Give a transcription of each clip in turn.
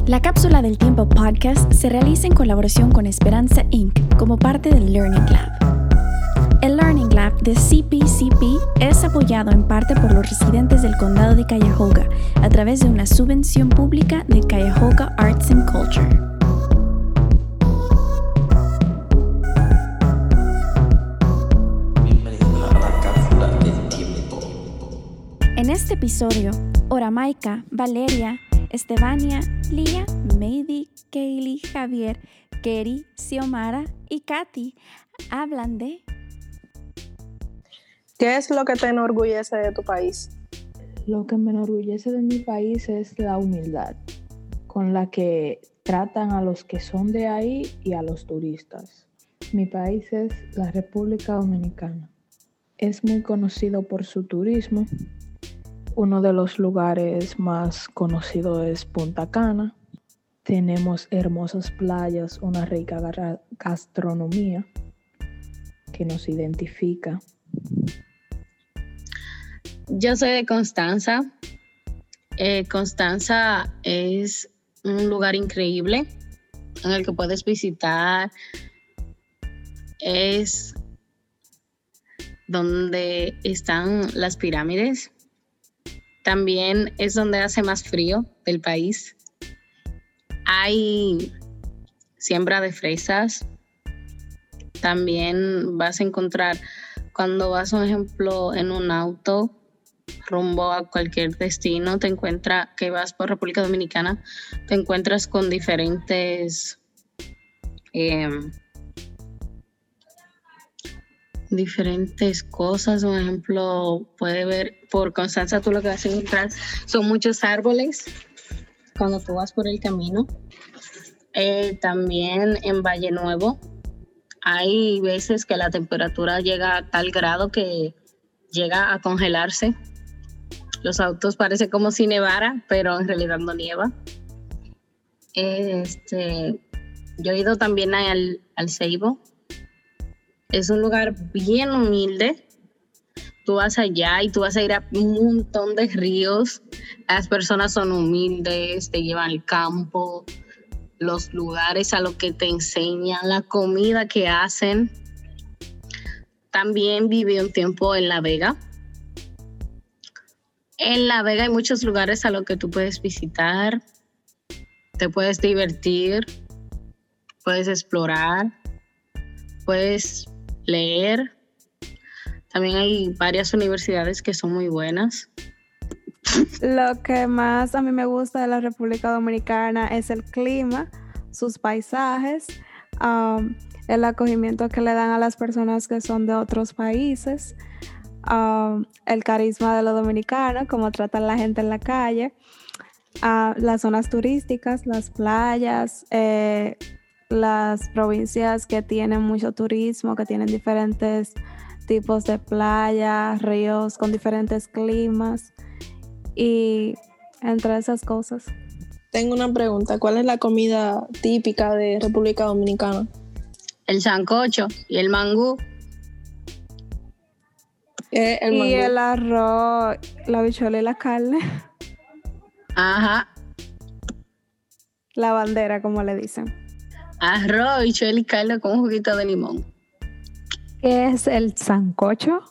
La Cápsula del Tiempo podcast se realiza en colaboración con Esperanza Inc. como parte del Learning Lab. El Learning Lab de CPCP es apoyado en parte por los residentes del condado de Cuyahoga a través de una subvención pública de Cuyahoga Arts and Culture. En este episodio, Oramaika, Valeria, Estefania, Lía, Meidi, Kaylee, Javier, Keri, Xiomara y Katy hablan de... ¿Qué es lo que te enorgullece de tu país? Lo que me enorgullece de mi país es la humildad con la que tratan a los que son de ahí y a los turistas. Mi país es la República Dominicana. Es muy conocido por su turismo. Uno de los lugares más conocidos es Punta Cana. Tenemos hermosas playas, una rica gastronomía que nos identifica. Yo soy de Constanza. Constanza es un lugar increíble en el que puedes visitar. Es donde están las pirámides. También es donde hace más frío del país. Hay siembra de fresas. También vas a encontrar, cuando vas, por ejemplo, en un auto rumbo a cualquier destino, te encuentras que vas por República Dominicana, te encuentras con diferentes cosas. Por ejemplo, puede ver por Constanza, tú lo que vas a encontrar son muchos árboles cuando tú vas por el camino. También en Valle Nuevo hay veces que la temperatura llega a tal grado que llega a congelarse. Los autos parecen como si nevara, pero en realidad no nieva. Yo he ido también al Ceibo. Es un lugar bien humilde. Tú vas allá y tú vas a ir a un montón de ríos. Las personas son humildes, te llevan al campo, los lugares a lo que te enseñan, la comida que hacen. También viví un tiempo en La Vega. En La Vega hay muchos lugares a los que tú puedes visitar, te puedes divertir, puedes explorar, puedes leer. También hay varias universidades que son muy buenas. Lo que más a mí me gusta de la República Dominicana es el clima, sus paisajes, el acogimiento que le dan a las personas que son de otros países, el carisma de los dominicanos, cómo tratan la gente en la calle, las zonas turísticas, las playas, las provincias que tienen mucho turismo, que tienen diferentes tipos de playas, ríos con diferentes climas y entre esas cosas. Tengo una pregunta. ¿Cuál es la comida típica de República Dominicana? El sancocho y el mangú. Y el arroz, la habichuela y la carne. Ajá. La bandera, como le dicen. Arroz, habichuela y carne con un juguito de limón. ¿Qué es el sancocho?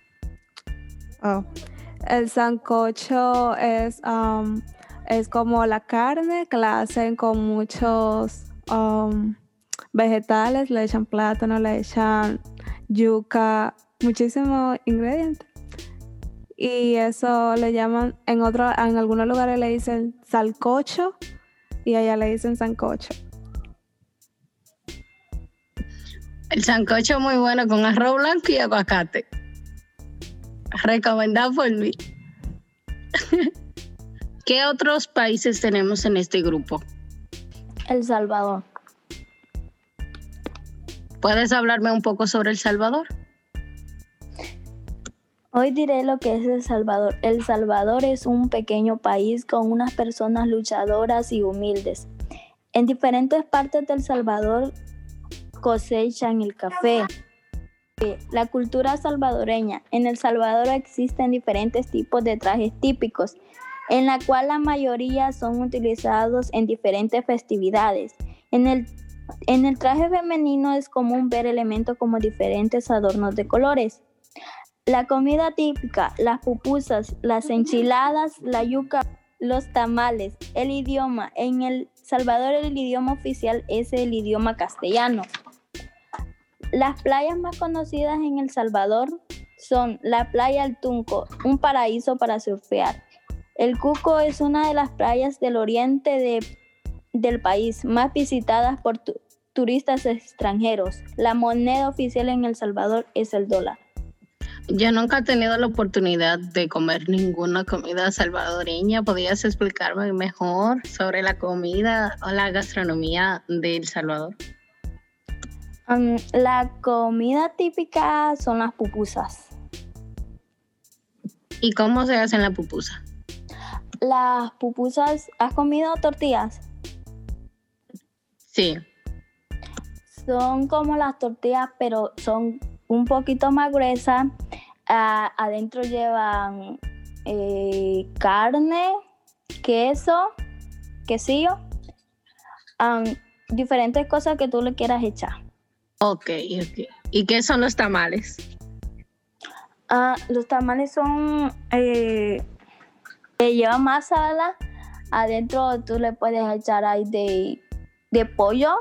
El sancocho es como la carne que la hacen con muchos vegetales, le echan plátano, le echan yuca, muchísimos ingredientes. Y eso le llaman, en algunos lugares le dicen salcocho y allá le dicen sancocho. El sancocho es muy bueno con arroz blanco y aguacate. Recomendado por mí. ¿Qué otros países tenemos en este grupo? El Salvador. ¿Puedes hablarme un poco sobre El Salvador? Hoy diré lo que es El Salvador. El Salvador es un pequeño país con unas personas luchadoras y humildes. En diferentes partes del Salvador cosechan el café. La cultura salvadoreña. En El Salvador existen diferentes tipos de trajes típicos. en la cual la mayoría son utilizados en diferentes festividades. En el traje femenino es común ver elementos como diferentes adornos de colores. La comida típica, las pupusas, las enchiladas, la yuca, los tamales, el idioma. En El Salvador el idioma oficial es el idioma castellano. Las playas más conocidas en El Salvador son la playa El Tunco, un paraíso para surfear. El Cuco es una de las playas del oriente del país más visitadas por turistas extranjeros. La moneda oficial en El Salvador es el dólar. Yo nunca he tenido la oportunidad de comer ninguna comida salvadoreña. ¿Podrías explicarme mejor sobre la comida o la gastronomía de El Salvador? La comida típica son las pupusas. ¿Y cómo se hacen la pupusa? Las pupusas, ¿has comido tortillas? Sí. Son como las tortillas, pero son un poquito más gruesas. Adentro llevan carne, quesillo, diferentes cosas que tú le quieras echar. Ok. ¿Y qué son los tamales? Los tamales son que llevan masa. Adentro tú le puedes echar ahí de pollo,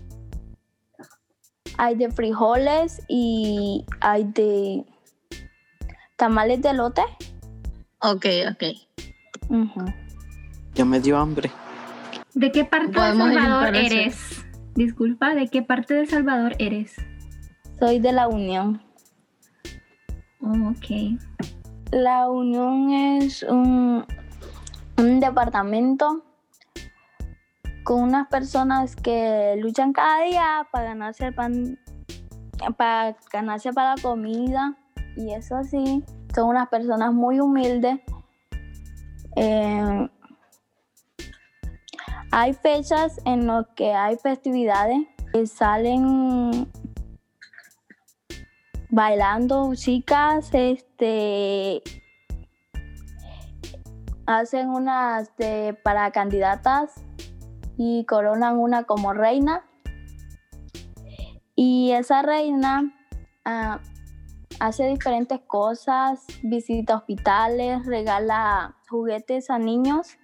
hay de frijoles y hay de tamales de elote. Ok. Uh-huh. Ya me dio hambre. ¿De qué parte de Salvador eres? Disculpa, ¿de qué parte de Salvador eres? Soy de La Unión. Oh, ok. La Unión es un departamento con unas personas que luchan cada día para ganarse el pan, para ganarse para la comida, y eso sí, son unas personas muy humildes. Hay fechas en las que hay festividades que salen bailando chicas, hacen unas para candidatas y coronan una como reina, y esa reina hace diferentes cosas, visita hospitales, regala juguetes a niños,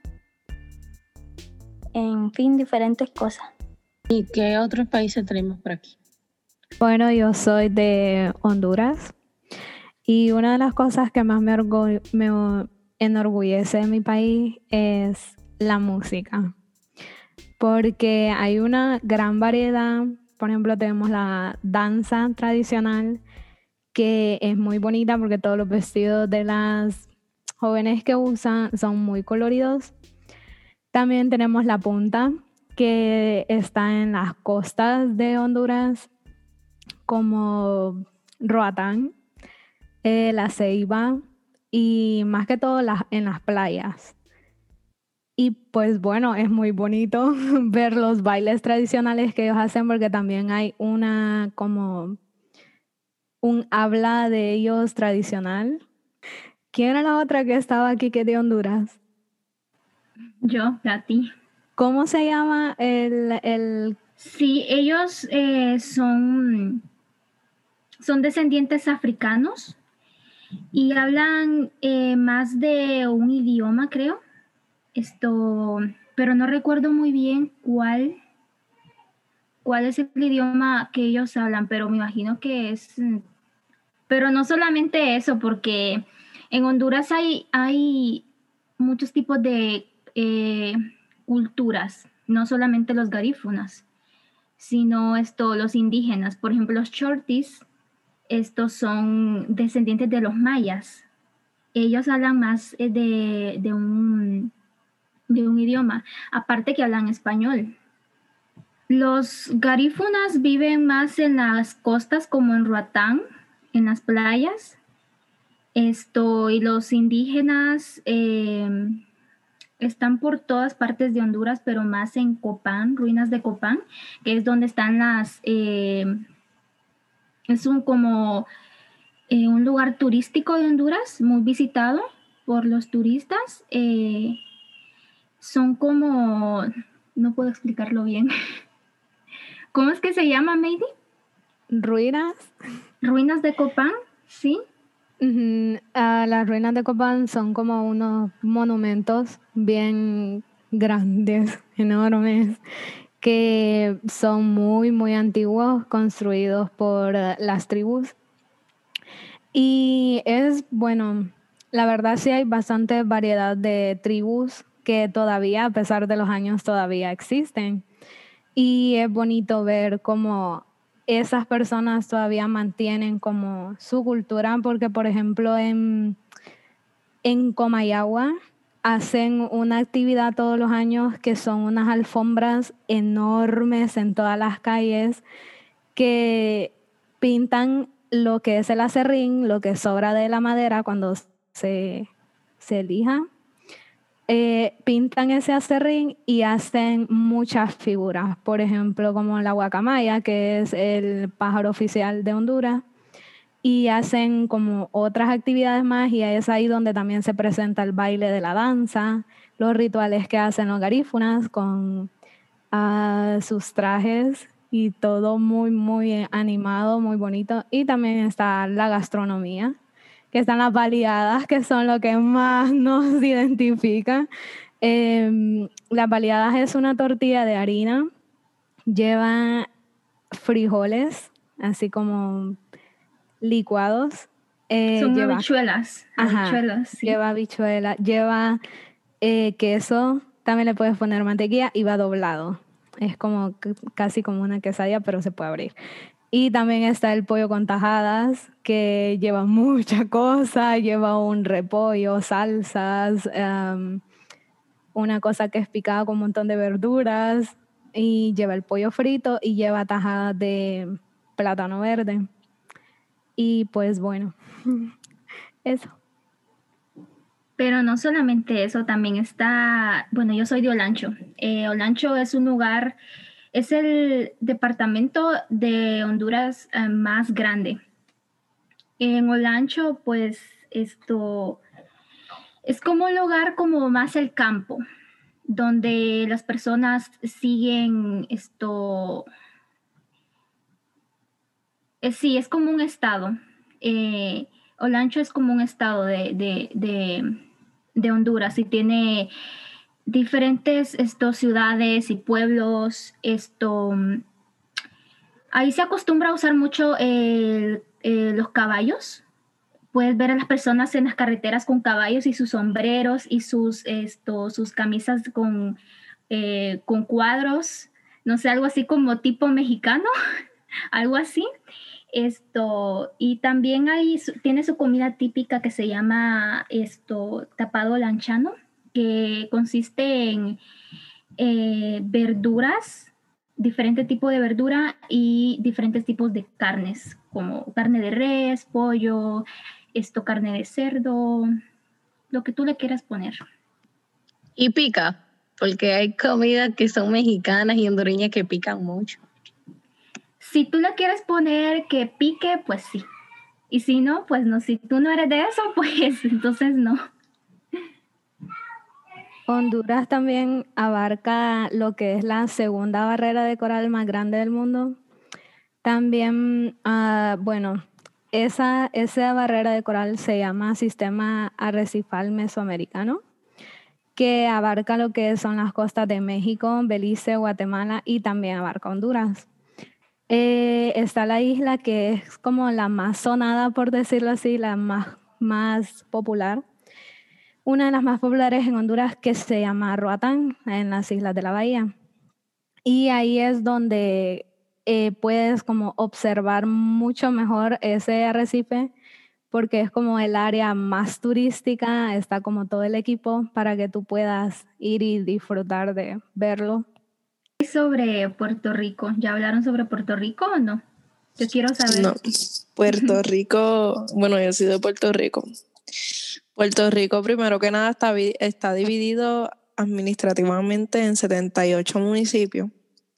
en fin, diferentes cosas. ¿Y qué otros países tenemos por aquí? Bueno, yo soy de Honduras y una de las cosas que más me enorgullece de mi país es la música, porque hay una gran variedad. Por ejemplo, tenemos la danza tradicional, que es muy bonita porque todos los vestidos de las jóvenes que usan son muy coloridos. También tenemos la punta, que está en las costas de Honduras, como Roatán, La Ceiba y más que todo en las playas. Y pues bueno, es muy bonito ver los bailes tradicionales que ellos hacen, porque también hay como un habla de ellos tradicional. ¿Quién era la otra que estaba aquí que es de Honduras? Yo, Katy. ¿Cómo se llama el...? Sí, ellos son descendientes africanos y hablan más de un idioma, creo. Pero no recuerdo muy bien cuál es el idioma que ellos hablan, pero me imagino que es... Pero no solamente eso, porque en Honduras hay muchos tipos de culturas, no solamente los garífunas, sino los indígenas. Por ejemplo, los chortis, estos son descendientes de los mayas. Ellos hablan más de un idioma, aparte que hablan español. Los garífunas viven más en las costas, como en Roatán, en las playas. Y los indígenas están por todas partes de Honduras, pero más en Copán, ruinas de Copán, que es donde están es un lugar turístico de Honduras, muy visitado por los turistas son como, no puedo explicarlo bien. ¿Cómo es que se llama, Meidi? Ruinas. Ruinas de Copán, ¿sí? Las ruinas de Copán son como unos monumentos bien grandes, enormes, que son muy, muy antiguos, construidos por las tribus. Y es, bueno, la verdad sí hay bastante variedad de tribus que todavía, a pesar de los años, todavía existen. Y es bonito ver cómo esas personas todavía mantienen como su cultura, porque por ejemplo en Comayagua hacen una actividad todos los años que son unas alfombras enormes en todas las calles que pintan lo que es el acerrín, lo que sobra de la madera cuando se lija. Pintan ese acerrín y hacen muchas figuras, por ejemplo como la guacamaya, que es el pájaro oficial de Honduras, y hacen como otras actividades más, y es ahí donde también se presenta el baile de la danza, los rituales que hacen los garífunas con sus trajes y todo muy, muy animado, muy bonito. Y también está la gastronomía, que están las baleadas, que son lo que más nos identifica. Las baleadas es una tortilla de harina, lleva frijoles, así como licuados. Son lleva habichuelas. Habichuelas, sí. Lleva habichuela, lleva queso, también le puedes poner mantequilla y va doblado. Es como casi como una quesadilla, pero se puede abrir. Y también está el pollo con tajadas, que lleva mucha cosa, lleva un repollo, salsas, una cosa que es picada con un montón de verduras, y lleva el pollo frito y lleva tajadas de plátano verde. Y pues bueno, eso. Pero no solamente eso, también está, bueno, yo soy de Olancho. Olancho es un lugar, es el departamento de Honduras más grande. En Olancho, pues esto es como un lugar como más el campo, donde las personas siguen esto. Sí, es como un estado. Olancho es como un estado de Honduras y tiene diferentes ciudades y pueblos. Ahí se acostumbra a usar mucho los caballos. Puedes ver a las personas en las carreteras con caballos y sus sombreros y sus camisas con cuadros, no sé, algo así como tipo mexicano, algo así. Y también tiene su comida típica que se llama tapado lanchano, que consiste en verduras, diferente tipo de verdura y diferentes tipos de carnes, como carne de res, pollo, carne de cerdo, lo que tú le quieras poner. Y pica, porque hay comidas que son mexicanas y hondureñas que pican mucho. Si tú le quieres poner que pique, pues sí. Y si no, pues no. Si tú no eres de eso, pues entonces no. Honduras también abarca lo que es la segunda barrera de coral más grande del mundo. También, bueno, esa barrera de coral se llama Sistema Arrecifal Mesoamericano, que abarca lo que son las costas de México, Belice, Guatemala y también abarca Honduras. Está la isla que es como la más sonada, por decirlo así, la más popular. Una de las más populares en Honduras, que se llama Roatán, en las Islas de la Bahía. Y ahí es donde puedes como observar mucho mejor ese arrecife, porque es como el área más turística, está como todo el equipo para que tú puedas ir y disfrutar de verlo. Sobre Puerto Rico, ¿ya hablaron sobre Puerto Rico o no? Yo quiero saber. No, Puerto Rico, bueno, yo soy de Puerto Rico. Puerto Rico, primero que nada, está dividido administrativamente en 78 municipios.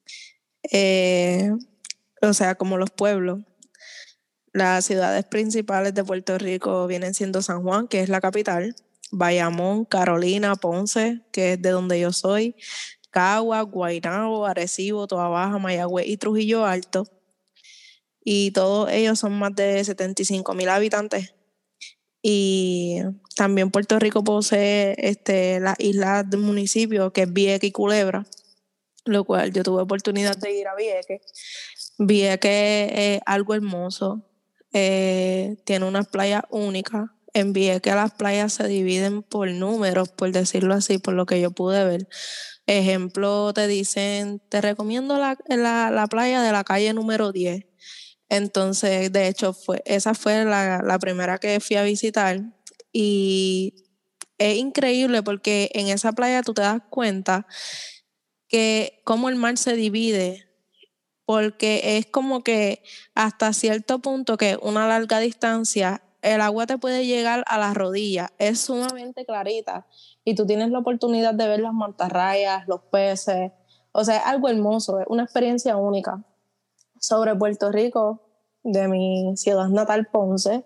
O sea, como los pueblos. Las ciudades principales de Puerto Rico vienen siendo San Juan, que es la capital, Bayamón, Carolina, Ponce, que es de donde yo soy, Caguas, Guaynabo, Arecibo, Toa Baja, Mayagüez y Trujillo Alto. Y todos ellos son más de 75,000 habitantes. Y también Puerto Rico posee las islas del municipio, que es Vieques y Culebra, lo cual yo tuve oportunidad de ir a Vieques. Vieques es algo hermoso, tiene unas playas únicas. En Vieques las playas se dividen por números, por decirlo así, por lo que yo pude ver. Ejemplo, te dicen, te recomiendo la playa de la calle número 10. Entonces, de hecho, esa fue la primera que fui a visitar y es increíble porque en esa playa tú te das cuenta que cómo el mar se divide, porque es como que hasta cierto punto, que una larga distancia, el agua te puede llegar a las rodillas, es sumamente clarita y tú tienes la oportunidad de ver las mantarrayas, los peces, o sea, es algo hermoso, es una experiencia única. Sobre Puerto Rico, de mi ciudad natal, Ponce,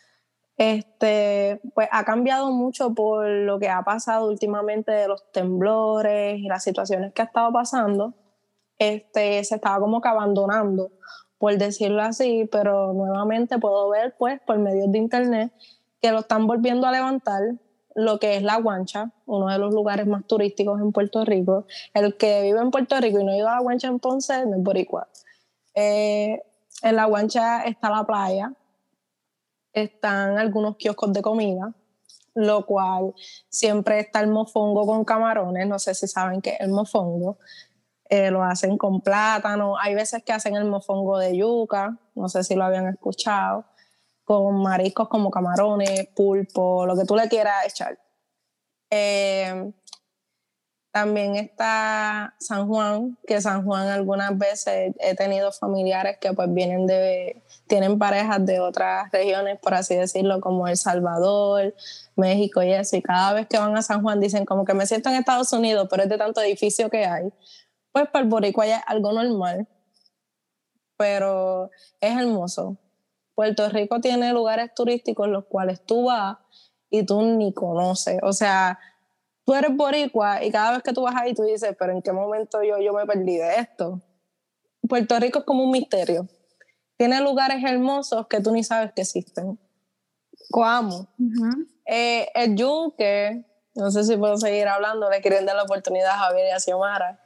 pues ha cambiado mucho por lo que ha pasado últimamente de los temblores y las situaciones que ha estado pasando. Se estaba como que abandonando, por decirlo así, pero nuevamente puedo ver, pues, por medios de internet, que lo están volviendo a levantar, lo que es La Guancha, uno de los lugares más turísticos en Puerto Rico. El que vive en Puerto Rico y no ha ido a La Guancha en Ponce no es boricua. En La Guancha está la playa, están algunos kioscos de comida, lo cual siempre está el mofongo con camarones. No sé si saben qué es el mofongo. Lo hacen con plátano, hay veces que hacen el mofongo de yuca, no sé si lo habían escuchado, con mariscos como camarones, pulpo, lo que tú le quieras echar. También está San Juan, que San Juan algunas veces he tenido familiares que pues tienen parejas de otras regiones, por así decirlo, como El Salvador, México y eso, y cada vez que van a San Juan dicen como que me siento en Estados Unidos, pero es de tanto edificio que hay. Pues para el boricua ya es algo normal, pero es hermoso. Puerto Rico tiene lugares turísticos los cuales tú vas y tú ni conoces, o sea, tú eres boricua y cada vez que tú vas ahí tú dices, pero ¿en qué momento yo me perdí de esto? Puerto Rico es como un misterio. Tiene lugares hermosos que tú ni sabes que existen. Coamo. El Yunque, no sé si puedo seguir hablando, le quieren dar la oportunidad a Javier y a Xiomara.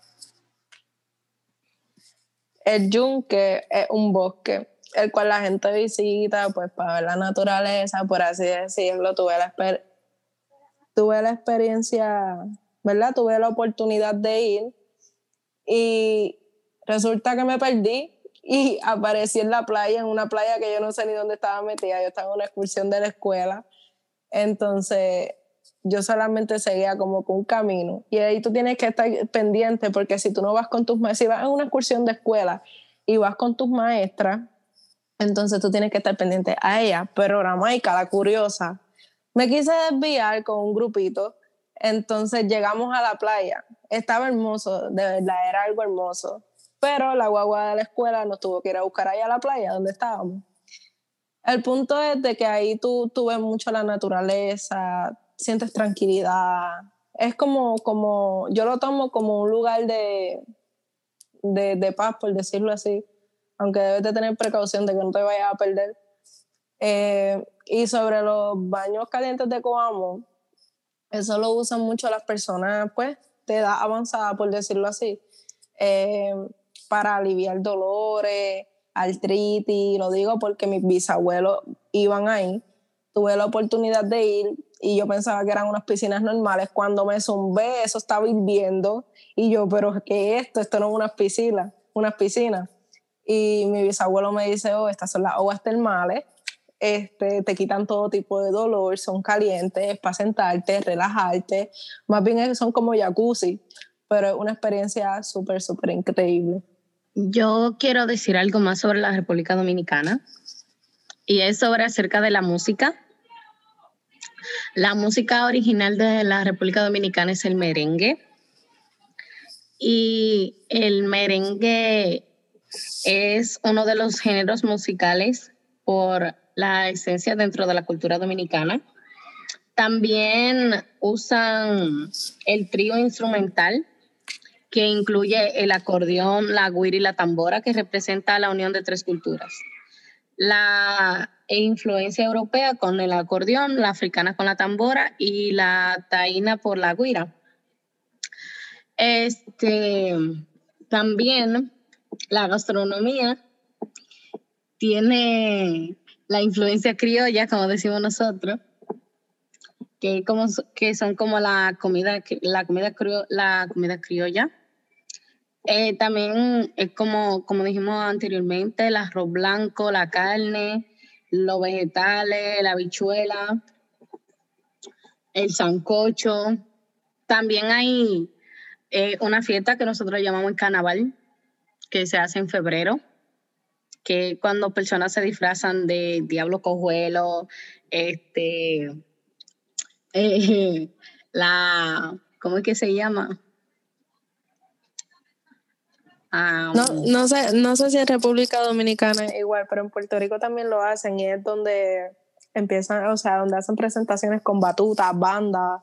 El Yunque es un bosque, el cual la gente visita pues para ver la naturaleza, por así decirlo. Tuve la experiencia, ¿verdad? Tuve la oportunidad de ir y resulta que me perdí y aparecí en la playa, en una playa que yo no sé ni dónde estaba metida. Yo estaba en una excursión de la escuela, entonces yo solamente seguía como con un camino y ahí tú tienes que estar pendiente, porque si tú no vas con si vas en una excursión de escuela y vas con tus maestras, entonces tú tienes que estar pendiente a ella. Pero la Maica, la curiosa, me quise desviar con un grupito, entonces llegamos a la playa, estaba hermoso, de verdad era algo hermoso, pero la guagua de la escuela nos tuvo que ir a buscar allá a la playa donde estábamos. El punto es de que ahí tú ves mucho la naturaleza, sientes tranquilidad, es como yo lo tomo como un lugar de paz, por decirlo así, aunque debes de tener precaución de que no te vayas a perder. Y sobre los baños calientes de Coamo, eso lo usan mucho las personas pues de edad avanzada, por decirlo así, para aliviar dolores, artritis. Lo digo porque mis bisabuelos iban ahí, tuve la oportunidad de ir y yo pensaba que eran unas piscinas normales. Cuando me zumbé, eso estaba hirviendo y yo, pero ¿qué es esto? Esto no es unas piscinas. Y mi bisabuelo me dice, estas son las aguas termales, te quitan todo tipo de dolor, son calientes, es para sentarte, relajarte, más bien son como jacuzzi, pero es una experiencia súper, súper increíble. Yo quiero decir algo más sobre la República Dominicana, y es acerca de la música. La música original de la República Dominicana es el merengue, y el merengue es uno de los géneros musicales por la esencia dentro de la cultura dominicana, También usan el trío instrumental, que incluye el acordeón, la güira y la tambora, que representa la unión de 3 culturas. La influencia europea con el acordeón, la africana con la tambora y la taína por la güira. También la gastronomía tiene la influencia criolla, como decimos nosotros, que son como la comida criolla. También es como dijimos anteriormente, el arroz blanco, la carne, los vegetales, la habichuela, el sancocho. También hay una fiesta que nosotros llamamos el carnaval, que se hace en febrero, que cuando personas se disfrazan de diablo cojuelo, ¿cómo es que se llama? No sé si en República Dominicana es igual, pero en Puerto Rico también lo hacen y es donde empiezan, o sea, donde hacen presentaciones con batutas, bandas,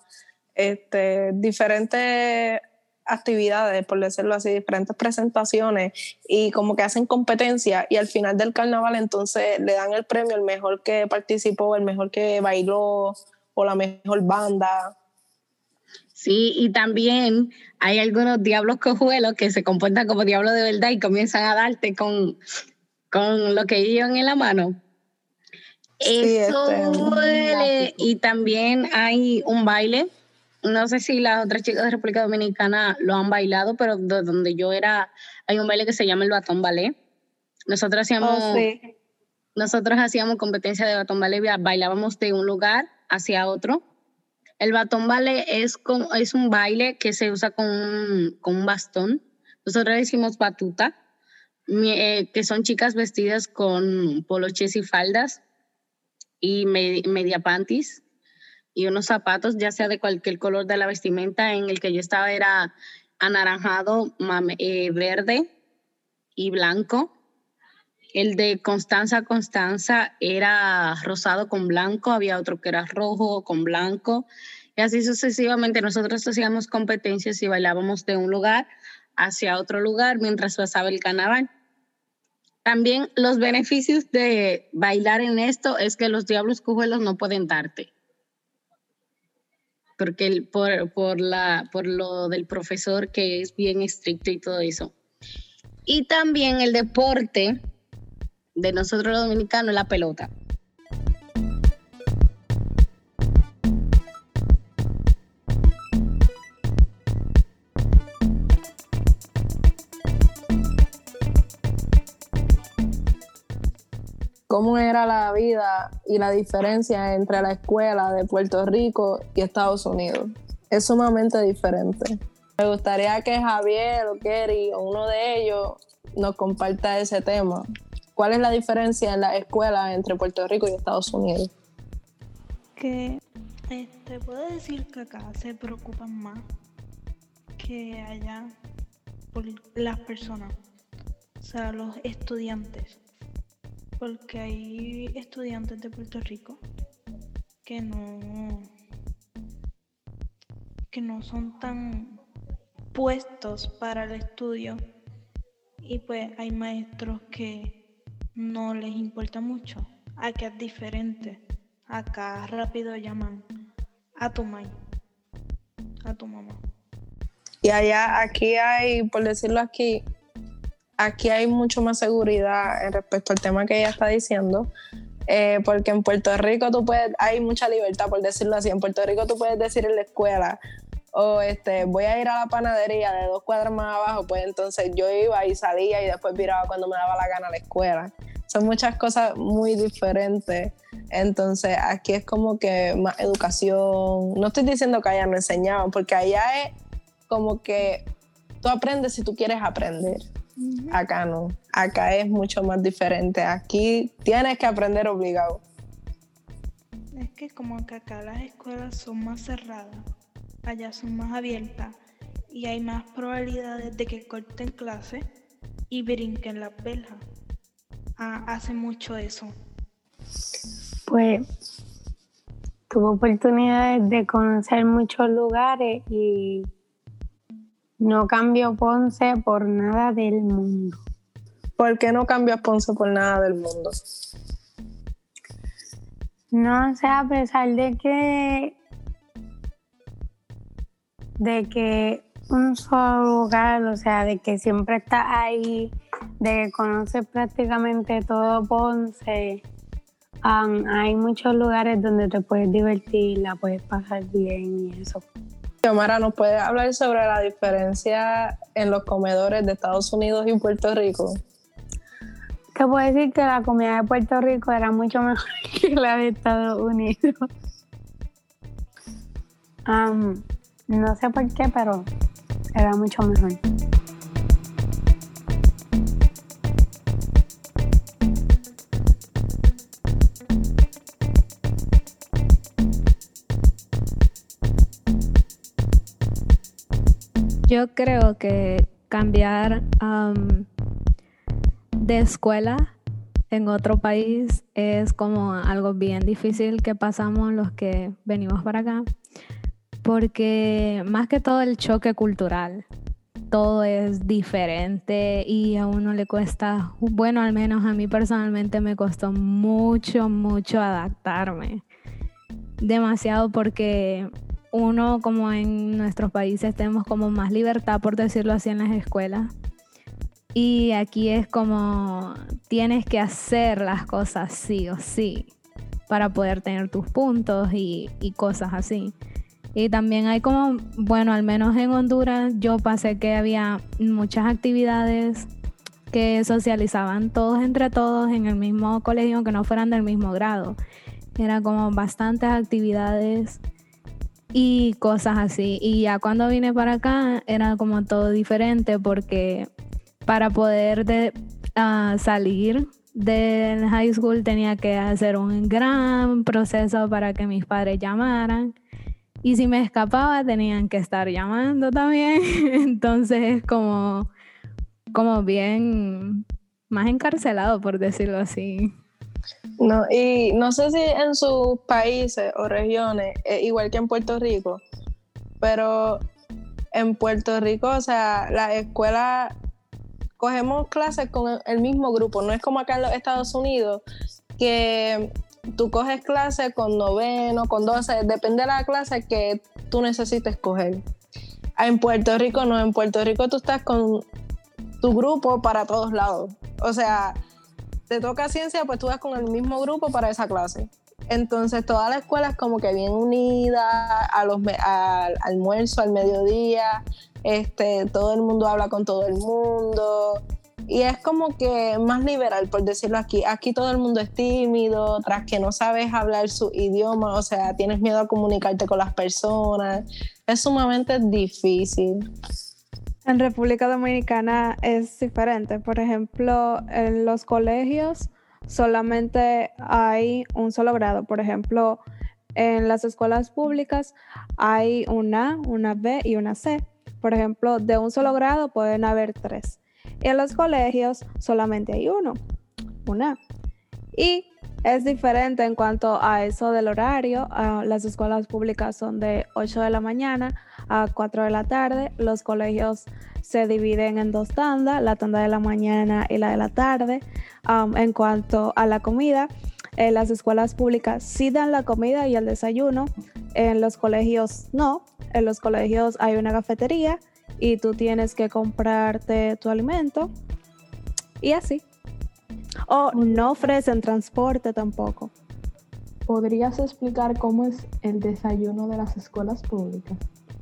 diferentes actividades, por decirlo así, diferentes presentaciones y como que hacen competencia y al final del carnaval entonces le dan el premio al mejor que participó, el mejor que bailó o la mejor banda. Sí, y también hay algunos diablos cojuelos que se comportan como diablos de verdad y comienzan a darte con lo que llevan en la mano. Sí, Eso duele. Y también hay un baile, no sé si las otras chicas de República Dominicana lo han bailado, pero de donde yo era, hay un baile que se llama el batón ballet. Nosotros hacíamos competencia de batón ballet, bailábamos de un lugar hacia otro. El batón ballet es un baile que se usa con un bastón. Nosotros decimos batuta, que son chicas vestidas con poloches y faldas y media panties y unos zapatos, ya sea de cualquier color de la vestimenta. En el que yo estaba era anaranjado, verde y blanco. El de Constanza era rosado con blanco, había otro que era rojo con blanco, y así sucesivamente. Nosotros hacíamos competencias y bailábamos de un lugar hacia otro lugar mientras pasaba el carnaval. También los beneficios de bailar en esto es que los diablos cojuelos no pueden darte, porque por lo del profesor, que es bien estricto y todo eso. Y también el deporte de nosotros los dominicanos, la pelota. ¿Cómo era la vida y la diferencia entre la escuela de Puerto Rico y Estados Unidos? Es sumamente diferente. Me gustaría que Javier o Kerry o uno de ellos nos comparta ese tema. ¿Cuál es la diferencia en la escuela entre Puerto Rico y Estados Unidos? Que puedo decir que acá se preocupan más que allá por las personas, o sea, los estudiantes, porque hay estudiantes de Puerto Rico que no son tan puestos para el estudio, y pues hay maestros que no les importa mucho. Acá es diferente. Acá rápido llaman a tu mamá. Y aquí hay, por decirlo aquí hay mucho más seguridad en respecto al tema que ella está diciendo, porque en Puerto Rico hay mucha libertad, por decirlo así. En Puerto Rico tú puedes decir en la escuela, voy a ir a la panadería de 2 cuadras más abajo, pues entonces yo iba y salía y después viraba cuando me daba la gana a la escuela. Son muchas cosas muy diferentes. Entonces aquí es como que más educación. No estoy diciendo que allá no enseñaban, porque allá es como que tú aprendes si tú quieres aprender. Acá no. Acá es mucho más diferente. Aquí tienes que aprender obligado. Es que como que acá las escuelas son más cerradas, allá son más abiertas y hay más probabilidades de que corten clase y brinquen las verjas. Hace mucho eso. Pues tuve oportunidades de conocer muchos lugares y no cambio Ponce por nada del mundo. ¿Por qué no cambias Ponce por nada del mundo? No sé, a pesar de que un solo lugar, o sea, de que siempre estás ahí, de que conoces prácticamente todo Ponce, hay muchos lugares donde te puedes divertir, la puedes pasar bien y eso. Xiomara, ¿nos puedes hablar sobre la diferencia en los comedores de Estados Unidos y Puerto Rico? Te puedo decir que la comida de Puerto Rico era mucho mejor que la de Estados Unidos. No sé por qué, pero era mucho mejor. Yo creo que cambiar de escuela en otro país es como algo bien difícil que pasamos los que venimos para acá, porque más que todo el choque cultural, todo es diferente y a uno le cuesta, bueno, al menos a mí personalmente me costó mucho adaptarme, demasiado, porque uno, como en nuestros países tenemos como más libertad, por decirlo así, en las escuelas. Y aquí es como tienes que hacer las cosas sí o sí para poder tener tus puntos y cosas así. Y también hay como, bueno, al menos en Honduras yo pasé que había muchas actividades que socializaban todos entre todos en el mismo colegio, aunque no fueran del mismo grado. Era como bastantes actividades y cosas así. Y ya cuando vine para acá era como todo diferente, porque para poder salir del high school tenía que hacer un gran proceso para que mis padres llamaran. Y si me escapaba tenían que estar llamando también. Entonces es como bien más encarcelado, por decirlo así. No, y no sé si en sus países o regiones, igual que en Puerto Rico, pero en Puerto Rico, o sea, la escuela, cogemos clases con el mismo grupo, no es como acá en los Estados Unidos, que tú coges clases con 9, con 12, depende de la clase que tú necesites coger. En Puerto Rico no, en Puerto Rico tú estás con tu grupo para todos lados, o sea, te toca ciencia, pues tú vas con el mismo grupo para esa clase. Entonces toda la escuela es como que bien unida, al almuerzo, al mediodía, todo el mundo habla con todo el mundo y es como que más liberal, por decirlo aquí. Aquí todo el mundo es tímido, tras que no sabes hablar su idioma, o sea, tienes miedo a comunicarte con las personas, es sumamente difícil. En República Dominicana es diferente. Por ejemplo, en los colegios solamente hay un solo grado. Por ejemplo, en las escuelas públicas hay una A, una B y una C. Por ejemplo, de un solo grado pueden haber 3. Y en los colegios solamente hay una. Y es diferente en cuanto a eso del horario. Las escuelas públicas son de 8 de la mañana a 4 de la tarde. Los colegios se dividen en 2 tandas, la tanda de la mañana y la de la tarde. En cuanto a la comida, las escuelas públicas sí dan la comida y el desayuno. En los colegios no. En los colegios hay una cafetería y tú tienes que comprarte tu alimento y así. O no ofrecen transporte tampoco. ¿Podrías explicar cómo es el desayuno de las escuelas públicas?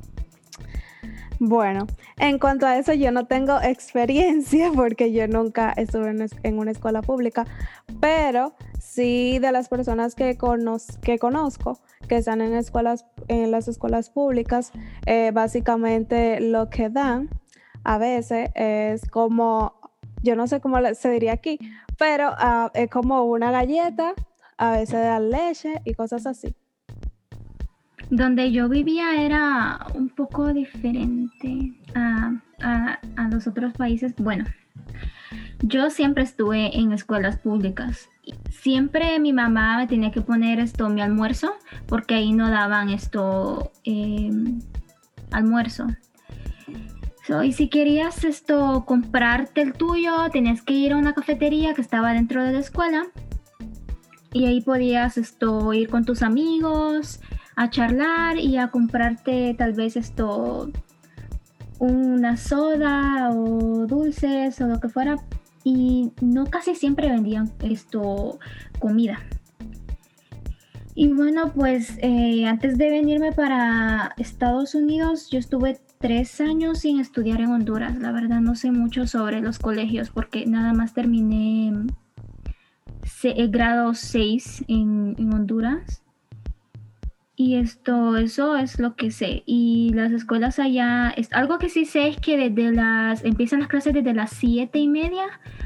Bueno, en cuanto a eso yo no tengo experiencia porque yo nunca estuve en una escuela pública, pero sí de las personas que conozco que están en las escuelas públicas, básicamente lo que dan a veces es como, yo no sé cómo se diría aquí, pero es como una galleta, a veces dan leche y cosas así. Donde yo vivía era un poco diferente a los otros países. Bueno, yo siempre estuve en escuelas públicas siempre mi mamá me tenía que poner mi almuerzo, porque ahí no daban almuerzo. Y si querías comprarte el tuyo, tenías que ir a una cafetería que estaba dentro de la escuela, y ahí podías ir con tus amigos a charlar y a comprarte tal vez una soda o dulces o lo que fuera, y no casi siempre vendían comida. Y bueno, pues antes de venirme para Estados Unidos, yo estuve 3 años sin estudiar en Honduras. La verdad no sé mucho sobre los colegios porque nada más terminé el grado 6 en Honduras. Y eso es lo que sé. Y las escuelas allá, algo que sí sé es que empiezan las clases desde las 7:30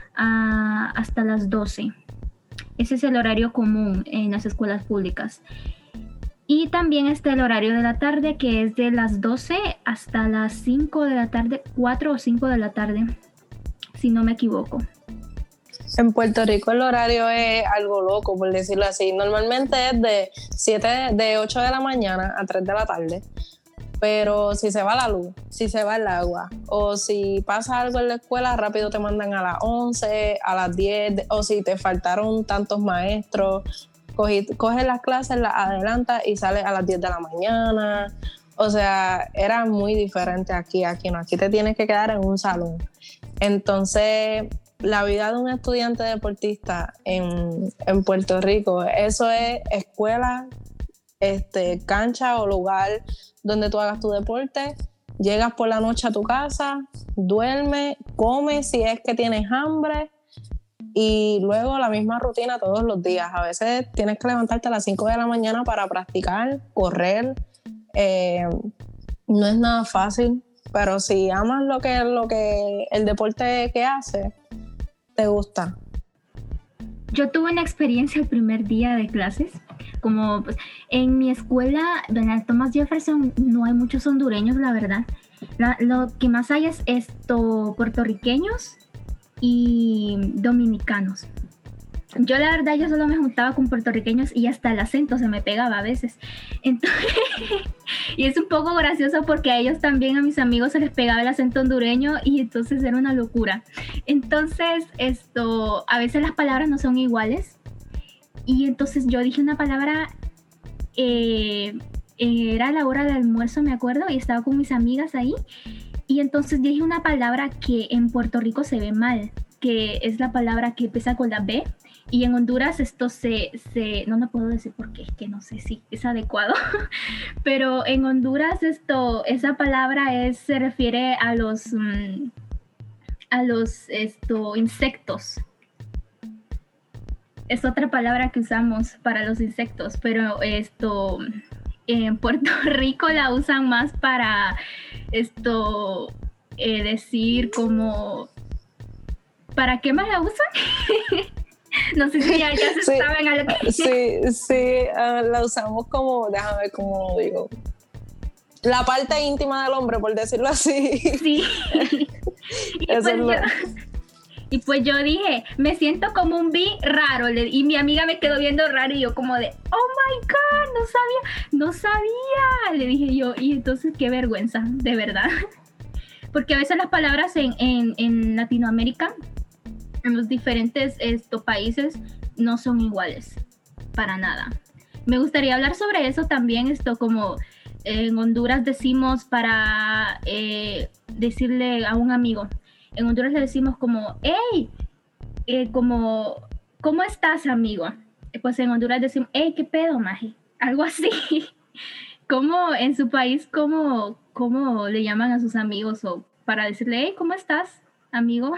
hasta las 12. Ese es el horario común en las escuelas públicas. Y también está el horario de la tarde, que es de las 12 hasta las 5 de la tarde, 4 o 5 de la tarde, si no me equivoco. En Puerto Rico el horario es algo loco, por decirlo así. Normalmente es de 8 de la mañana a 3 de la tarde. Pero si se va la luz, si se va el agua, o si pasa algo en la escuela, rápido te mandan a las 11, a las 10, o si te faltaron tantos maestros, coges las clases, las adelantas y sales a las 10 de la mañana. O sea, era muy diferente aquí no. Aquí te tienes que quedar en un salón. Entonces, la vida de un estudiante deportista en Puerto Rico, eso es escuela, cancha o lugar donde tú hagas tu deporte, llegas por la noche a tu casa, duermes, comes si es que tienes hambre y luego la misma rutina todos los días. A veces tienes que levantarte a las 5 de la mañana para practicar, correr. No es nada fácil, pero si amas lo que el deporte que haces, te gusta. Yo tuve una experiencia el primer día de clases, como pues, en mi escuela, en el Thomas Jefferson, no hay muchos hondureños, la verdad. Lo que más hay es puertorriqueños y dominicanos. Yo la verdad, yo solo me juntaba con puertorriqueños y hasta el acento se me pegaba a veces. Entonces, y es un poco gracioso porque a ellos también, a mis amigos, se les pegaba el acento hondureño y entonces era una locura. Entonces, a veces las palabras no son iguales. Y entonces yo dije una palabra, era la hora del almuerzo, me acuerdo, y estaba con mis amigas ahí. Y entonces dije una palabra que en Puerto Rico se ve mal, que es la palabra que empieza con la B. Y en Honduras no lo puedo decir porque es que no sé si es adecuado, pero en Honduras esa palabra se refiere a los insectos. Es otra palabra que usamos para los insectos, pero en Puerto Rico la usan más para decir como... ¿Para qué más la usan? No sé si ya se saben a lo que... Sí, la usamos como, déjame ver cómo digo, la parte íntima del hombre, por decirlo así. Sí. Y pues yo dije, me siento como un bi raro, y mi amiga me quedó viendo raro y yo como de, oh my God, no sabía, le dije yo, y entonces qué vergüenza, de verdad. Porque a veces las palabras en Latinoamérica, en los diferentes países, no son iguales, para nada. Me gustaría hablar sobre eso también, como en Honduras decimos para decirle a un amigo, en Honduras le decimos como, hey, ¿cómo estás, amigo? Pues en Honduras decimos, hey, ¿qué pedo, maje? Algo así. ¿Cómo en su país, cómo le llaman a sus amigos o para decirle, hey, ¿cómo estás, amigo?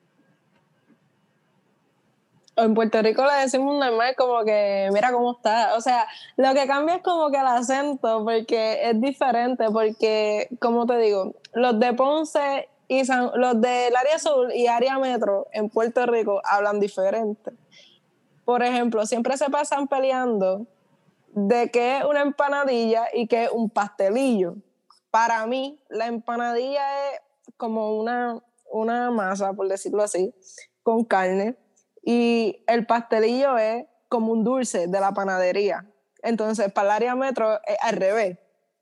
En Puerto Rico le decimos normal como que mira cómo está, o sea, lo que cambia es como que el acento, porque es diferente, porque como te digo, los de Ponce y los del área sur y área metro en Puerto Rico hablan diferente. Por ejemplo, siempre se pasan peleando de qué es una empanadilla y qué es un pastelillo. Para mí, la empanadilla es como una masa, por decirlo así, con carne. y el pastelillo es como un dulce de la panadería. Entonces, para el área metro es al revés.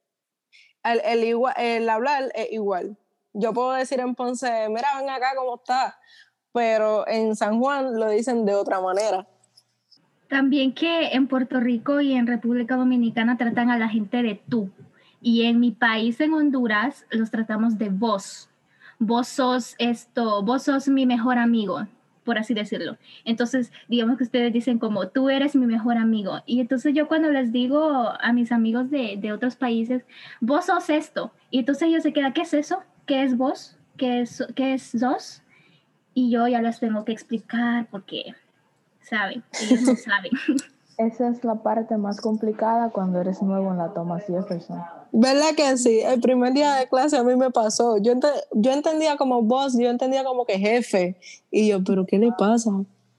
El hablar es igual. Yo puedo decir en Ponce, mira, ven acá, ¿cómo estás? Pero en San Juan lo dicen de otra manera. También que en Puerto Rico y en República Dominicana tratan a la gente de tú. Y en mi país, en Honduras, los tratamos de vos. Vos sos mi mejor amigo, por así decirlo. Entonces, digamos que ustedes dicen como, tú eres mi mejor amigo. Y entonces yo cuando les digo a mis amigos de otros países, vos sos esto. Y entonces ellos se quedan, ¿qué es eso? ¿Qué es vos? ¿Qué es sos? Y yo ya les tengo que explicar porque, ¿saben? Ellos no saben. Esa es la parte más complicada cuando eres nuevo en la Thomas Jefferson. ¿Verdad que sí? El primer día de clase a mí me pasó. Yo entendía como boss, yo entendía como que jefe. Y yo, ¿pero qué le pasa?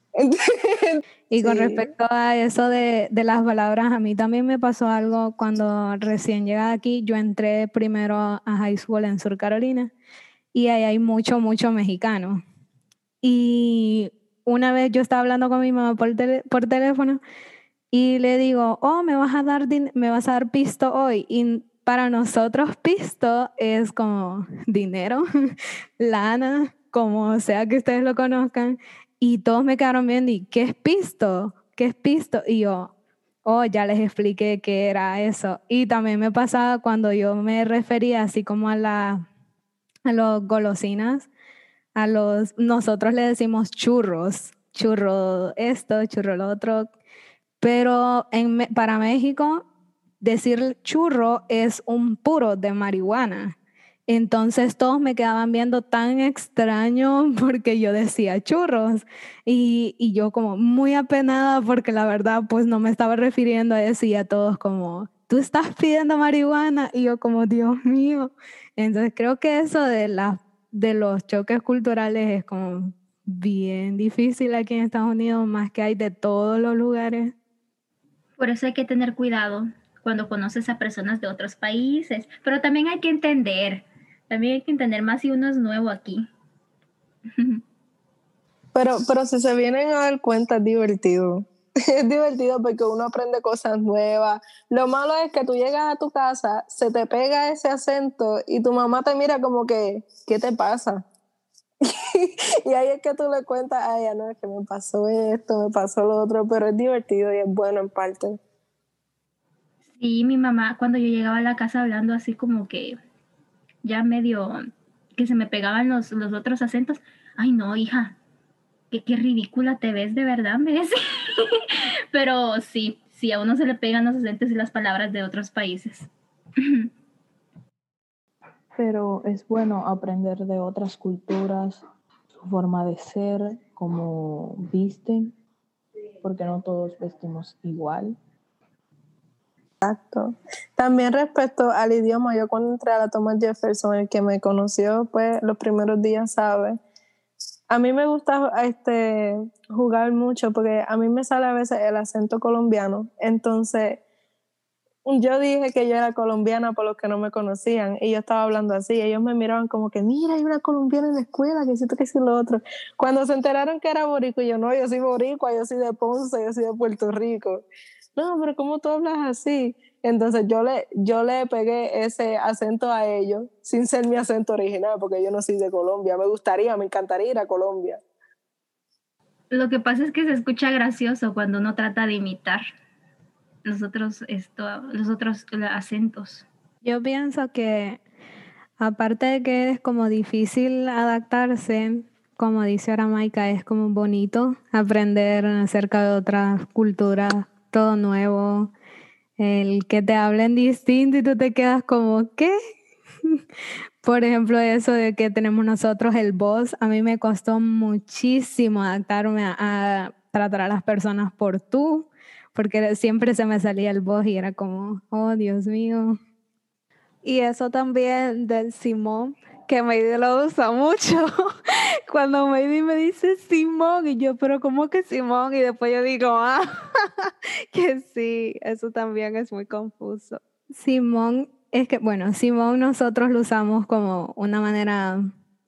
Y con respecto a eso de las palabras, a mí también me pasó algo cuando recién llegué aquí. Yo entré primero a high school en Sur Carolina y ahí hay mucho mexicano. Y una vez yo estaba hablando con mi mamá por teléfono y le digo, oh, me vas a dar pisto hoy. Y para nosotros pisto es como dinero, lana, como sea que ustedes lo conozcan. Y todos me quedaron viendo, ¿y qué es pisto? ¿Qué es pisto? Y yo, oh, ya les expliqué qué era eso. Y también me pasaba cuando yo me refería así como a los golosinas, nosotros le decimos churros, churro esto, churro lo otro. Pero para México, decir churro es un puro de marihuana. Entonces todos me quedaban viendo tan extraño porque yo decía churros y yo como muy apenada porque la verdad pues no me estaba refiriendo a eso y a todos como, tú estás pidiendo marihuana y yo como, Dios mío. Entonces creo que eso de los choques culturales es como bien difícil aquí en Estados Unidos, más que hay de todos los lugares. Por eso hay que tener cuidado cuando conoces a personas de otros países, pero también hay que entender más si uno es nuevo aquí. Pero si se vienen a dar cuenta es divertido. Es divertido porque uno aprende cosas nuevas. Lo malo es que tú llegas a tu casa, se te pega ese acento y tu mamá te mira como que, ¿qué te pasa? Y ahí es que tú le cuentas a ella, no, es que me pasó esto, me pasó lo otro, pero es divertido y es bueno en parte. Sí, mi mamá, cuando yo llegaba a la casa hablando así como que ya medio que se me pegaban los otros acentos, ay no, hija, qué ridícula te ves, de verdad, me decía. Pero sí, a uno se le pegan los acentos y las palabras de otros países. Pero es bueno aprender de otras culturas, su forma de ser, cómo visten, porque no todos vestimos igual. Exacto. También respecto al idioma, yo cuando entré a la Thomas Jefferson, el que me conoció pues los primeros días sabe, a mí me gusta jugar mucho porque a mí me sale a veces el acento colombiano, entonces yo dije que yo era colombiana por los que no me conocían y yo estaba hablando así, ellos me miraban como que mira, hay una colombiana en la escuela, que siento que es lo otro. Cuando se enteraron que era boricua, yo no, yo soy boricua, yo soy de Ponce, yo soy de Puerto Rico. No, pero ¿cómo tú hablas así? Entonces yo le pegué ese acento a ellos sin ser mi acento original porque yo no soy de Colombia. Me encantaría ir a Colombia. Lo que pasa es que se escucha gracioso cuando uno trata de imitar los otros acentos. Yo pienso que aparte de que es como difícil adaptarse, como dice Aramaica, es como bonito aprender acerca de otras culturas, todo nuevo, el que te hablen distinto y tú te quedas como, ¿qué? Por ejemplo, eso de que tenemos nosotros el vos, a mí me costó muchísimo adaptarme a tratar a las personas por tú, porque siempre se me salía el vos y era como, oh, Dios mío. Y eso también del Simón, que Mady lo usa mucho. Cuando Mady me dice Simón, y yo, pero ¿cómo que Simón? Y después yo digo, que sí, eso también es muy confuso. Simón, es que, bueno, Simón nosotros lo usamos como una manera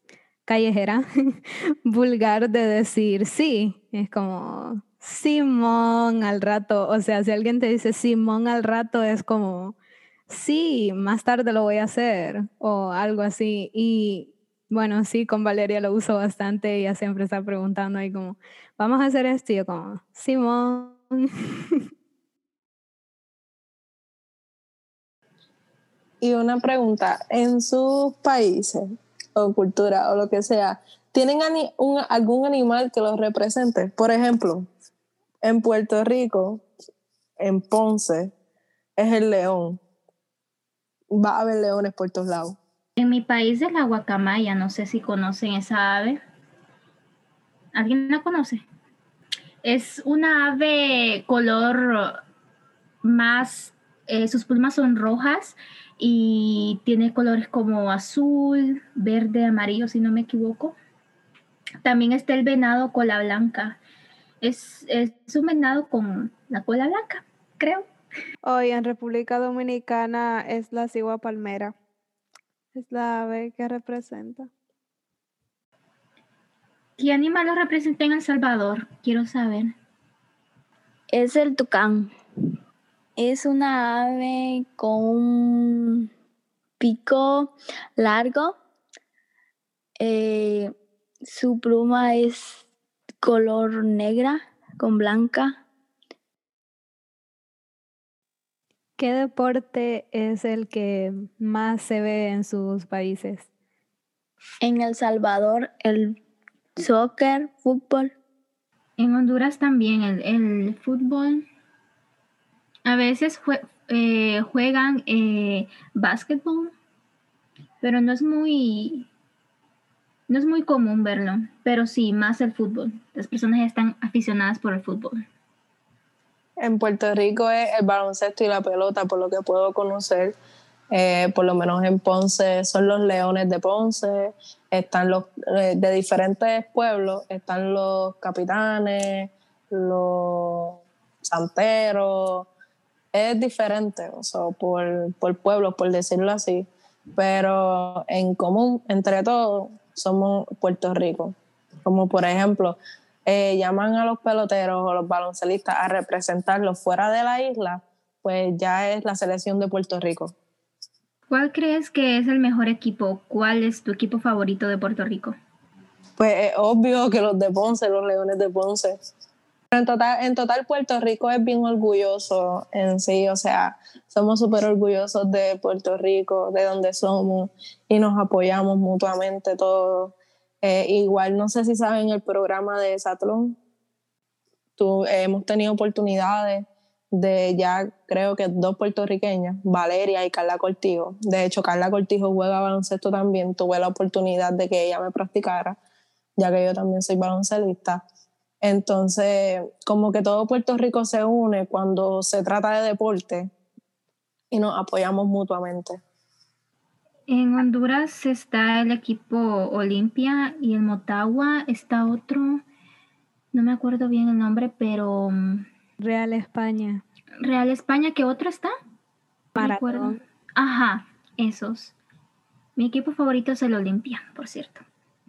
callejera, vulgar de decir sí. Es como Simón al rato. O sea, si alguien te dice Simón al rato, es como sí, más tarde lo voy a hacer o algo así. Y bueno, sí, con Valeria lo uso bastante. Ella siempre está preguntando ahí como, vamos a hacer esto. Y yo como, Simón. Y una pregunta, en sus países o cultura o lo que sea, ¿tienen algún animal que los represente? Por ejemplo, en Puerto Rico, en Ponce, es el león. Va a haber leones por todos lados. En mi país es la guacamaya, no sé si conocen esa ave. ¿Alguien la conoce? Es una ave color más, sus plumas son rojas y tiene colores como azul, verde, amarillo, si no me equivoco. También está el venado cola blanca. Es un venado con la cola blanca, creo. Hoy en República Dominicana es la cigua palmera. Es la ave que representa. ¿Qué animal lo representa en El Salvador? Quiero saber. Es el tucán. Es una ave con un pico largo. Su pluma es color negra con blanca. ¿Qué deporte es el que más se ve en sus países? En El Salvador, el soccer, fútbol. En Honduras también el fútbol. A veces juegan básquetbol, pero no es muy común verlo. Pero sí, más el fútbol. Las personas ya están aficionadas por el fútbol. En Puerto Rico es el baloncesto y la pelota, por lo que puedo conocer. Por lo menos en Ponce son los Leones de Ponce, están los de diferentes pueblos, están los Capitanes, los Santeros, es diferente, o sea, por pueblos, por decirlo así, pero en común, entre todos, somos Puerto Rico. Como por ejemplo, llaman a los peloteros o los baloncelistas a representarlos fuera de la isla, pues ya es la selección de Puerto Rico. ¿Cuál crees que es el mejor equipo? ¿Cuál es tu equipo favorito de Puerto Rico? Pues es obvio que los de Ponce, los Leones de Ponce. Pero en total Puerto Rico es bien orgulloso en sí, o sea, somos súper orgullosos de Puerto Rico, de donde somos, y nos apoyamos mutuamente todos. Igual, no sé si saben el programa de Satlón, hemos tenido oportunidades de ya creo que 2 puertorriqueñas, Valeria y Carla Cortijo. De hecho, Carla Cortijo juega baloncesto también. Tuve la oportunidad de que ella me practicara, ya que yo también soy baloncelista. Entonces, como que todo Puerto Rico se une cuando se trata de deporte y nos apoyamos mutuamente. En Honduras está el equipo Olimpia y en Motagua está otro, no me acuerdo bien el nombre, pero... Real España. Real España, ¿qué otro está? Maratón. Ajá, esos. Mi equipo favorito es el Olimpia, por cierto.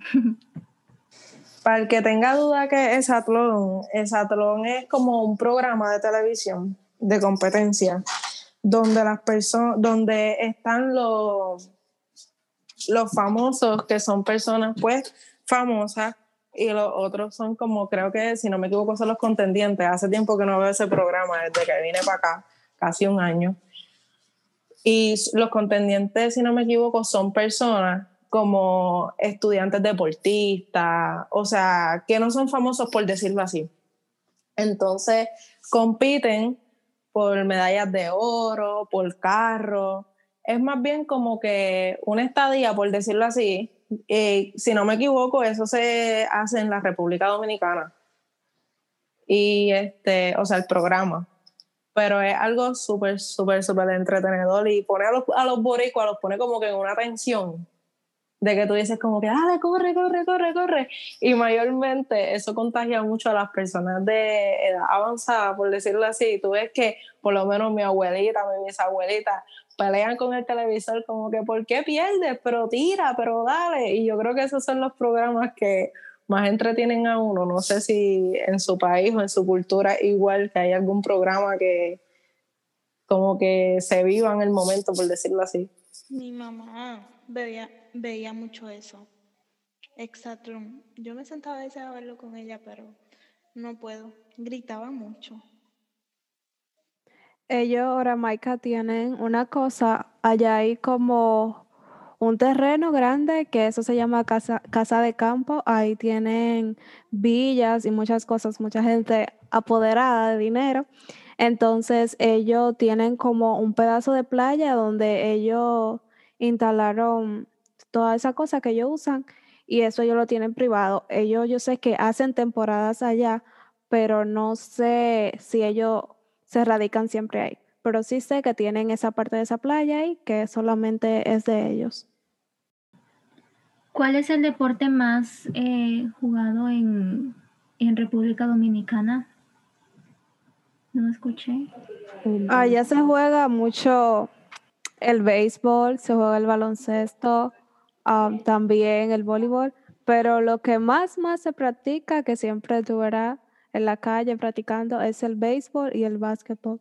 Para el que tenga duda que es Satlón es como un programa de televisión de competencia donde donde están los famosos, que son personas pues famosas, y los otros son como, creo que si no me equivoco son los contendientes. Hace tiempo que no veo ese programa, desde que vine para acá, casi un año. Y los contendientes, si no me equivoco, son personas como estudiantes deportistas, o sea, que no son famosos por decirlo así. Entonces compiten por medallas de oro, por carro. Es más bien como que una estadía, por decirlo así. Si no me equivoco, eso se hace en la República Dominicana. Y o sea, el programa. Pero es algo súper, súper, súper entretenedor y pone a los boricuas, los pone como que en una tensión de que tú dices como que dale, corre, corre, corre, corre, y mayormente eso contagia mucho a las personas de edad avanzada, por decirlo así. Tú ves que por lo menos mi abuelita, mi bisabuelita pelean con el televisor como que ¿por qué pierdes? Pero tira, pero dale. Y yo creo que esos son los programas que más entretienen a uno. No sé si en su país o en su cultura igual, que hay algún programa que como que se viva en el momento, por decirlo así. Mi mamá veía mucho eso. Exatlón. Yo me sentaba a veces a verlo con ella, pero no puedo. Gritaba mucho. Ellos, ahora Maica, tienen una cosa, allá hay como un terreno grande que eso se llama casa de campo. Ahí tienen villas y muchas cosas, mucha gente apoderada de dinero. Entonces ellos tienen como un pedazo de playa donde ellos instalaron toda esa cosa que ellos usan y eso ellos lo tienen privado. Ellos yo sé que hacen temporadas allá, pero no sé si ellos se radican siempre ahí. Pero sí sé que tienen esa parte de esa playa ahí que solamente es de ellos. ¿Cuál es el deporte más jugado en República Dominicana? No escuché. Allá se juega mucho el béisbol, se juega el baloncesto, también el voleibol, pero lo que más se practica, que siempre tú verás en la calle practicando, es el béisbol y el básquetbol.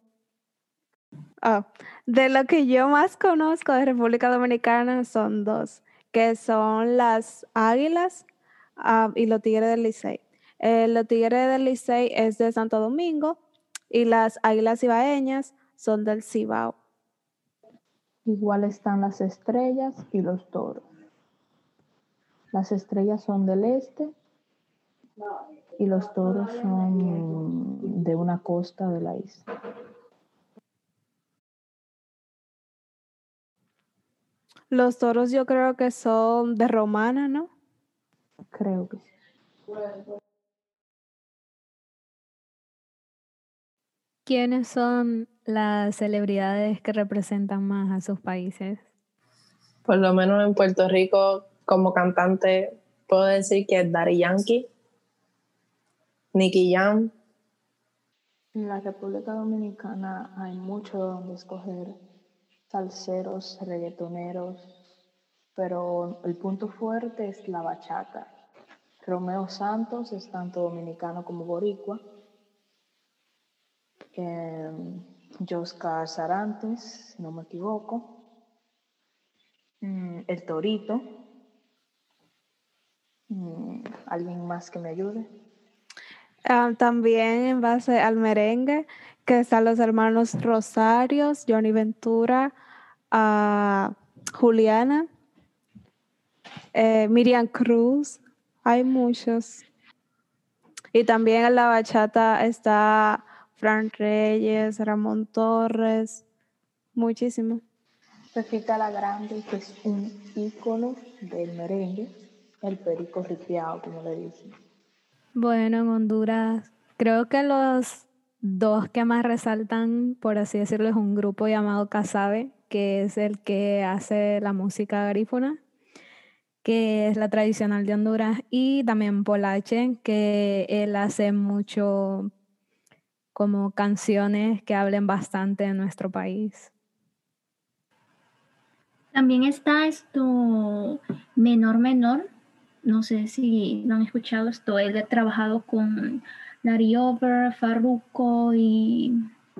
De lo que yo más conozco de República Dominicana son dos, que son las Águilas y los Tigres del Licey. Los Tigres del Licey es de Santo Domingo y las Águilas Ibaeñas son del Cibao. Igual están las Estrellas y los Toros. Las Estrellas son del este y los Toros son de una costa de la isla. Los Toros yo creo que son de Romana, ¿no? Creo que sí. ¿Quiénes son las celebridades que representan más a sus países? Por lo menos en Puerto Rico, como cantante, puedo decir que es Daddy Yankee, Nicky Jam. En la República Dominicana hay mucho donde escoger, salseros, reggaetoneros, pero el punto fuerte es la bachata. Romeo Santos es tanto dominicano como boricua. Joscar Sarantes, si no me equivoco. El Torito. ¿Alguien más que me ayude? También en base al merengue, que están los hermanos Rosarios, Johnny Ventura, Juliana, Miriam Cruz, hay muchos. Y también en la bachata está Fran Reyes, Ramón Torres, muchísimo. Fefita la Grande, que es un ícono del merengue, el perico ripiao, como le dicen. Bueno, en Honduras creo que los dos que más resaltan, por así decirlo, es un grupo llamado Casabe, que es el que hace la música garífuna, que es la tradicional de Honduras, y también Polache, que él hace mucho como canciones que hablen bastante de nuestro país. También está Menor, no sé si lo han escuchado esto, él ha trabajado con Larry Over, Farruko y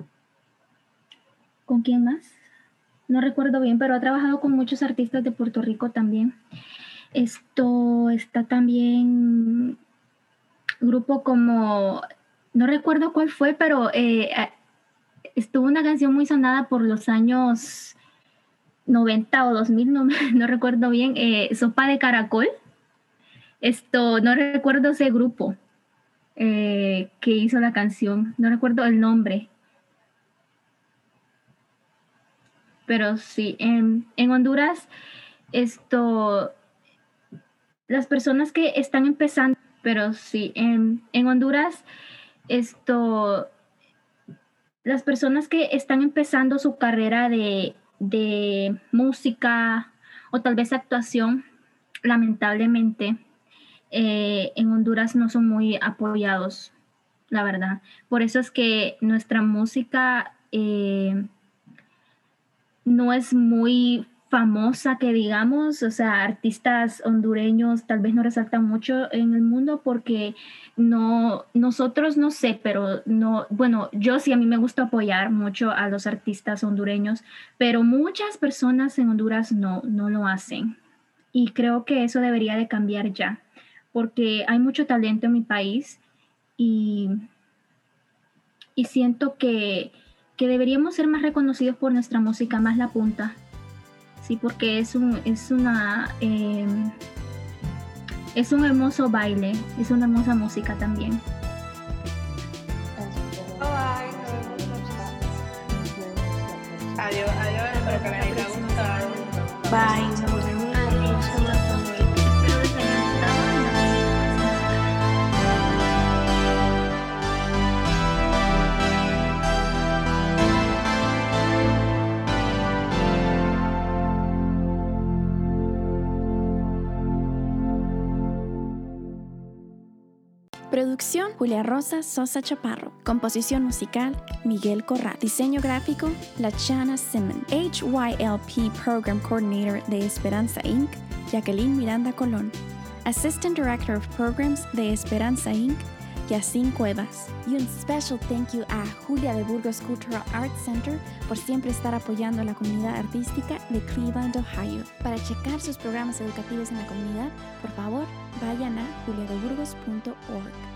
¿con quién más? No recuerdo bien, pero ha trabajado con muchos artistas de Puerto Rico también. Esto está también grupo como, no recuerdo cuál fue, pero estuvo una canción muy sonada por los años 90 o 2000, no recuerdo bien, Sopa de Caracol. No recuerdo ese grupo que hizo la canción, no recuerdo el nombre. Pero sí, en Honduras, las personas que están empezando, pero sí, en Honduras, las personas que están empezando su carrera de música o tal vez actuación, lamentablemente en Honduras no son muy apoyados, la verdad. Por eso es que nuestra música no es muy famosa, que digamos, o sea, artistas hondureños tal vez no resaltan mucho en el mundo porque nosotros no sé, pero no, bueno, yo sí, a mí me gusta apoyar mucho a los artistas hondureños, pero muchas personas en Honduras no lo hacen. Y creo que eso debería de cambiar ya, porque hay mucho talento en mi país y siento que deberíamos ser más reconocidos por nuestra música, más la punta. Sí, porque es un hermoso baile, es una hermosa música también. Adiós, espero que les haya gustado. Bye, nos vemos en la próxima. Producción Julia Rosa Sosa Chaparro. Composición musical Miguel Corral. Diseño gráfico Lachana Simmons. HYLP Program Coordinator de Esperanza Inc. Jacqueline Miranda Colón. Assistant Director of Programs de Esperanza Inc. Yacine Cuevas. Y un special thank you a Julia de Burgos Cultural Arts Center por siempre estar apoyando a la comunidad artística de Cleveland, Ohio. Para checar sus programas educativos en la comunidad, por favor, vayan a juliadeburgos.org.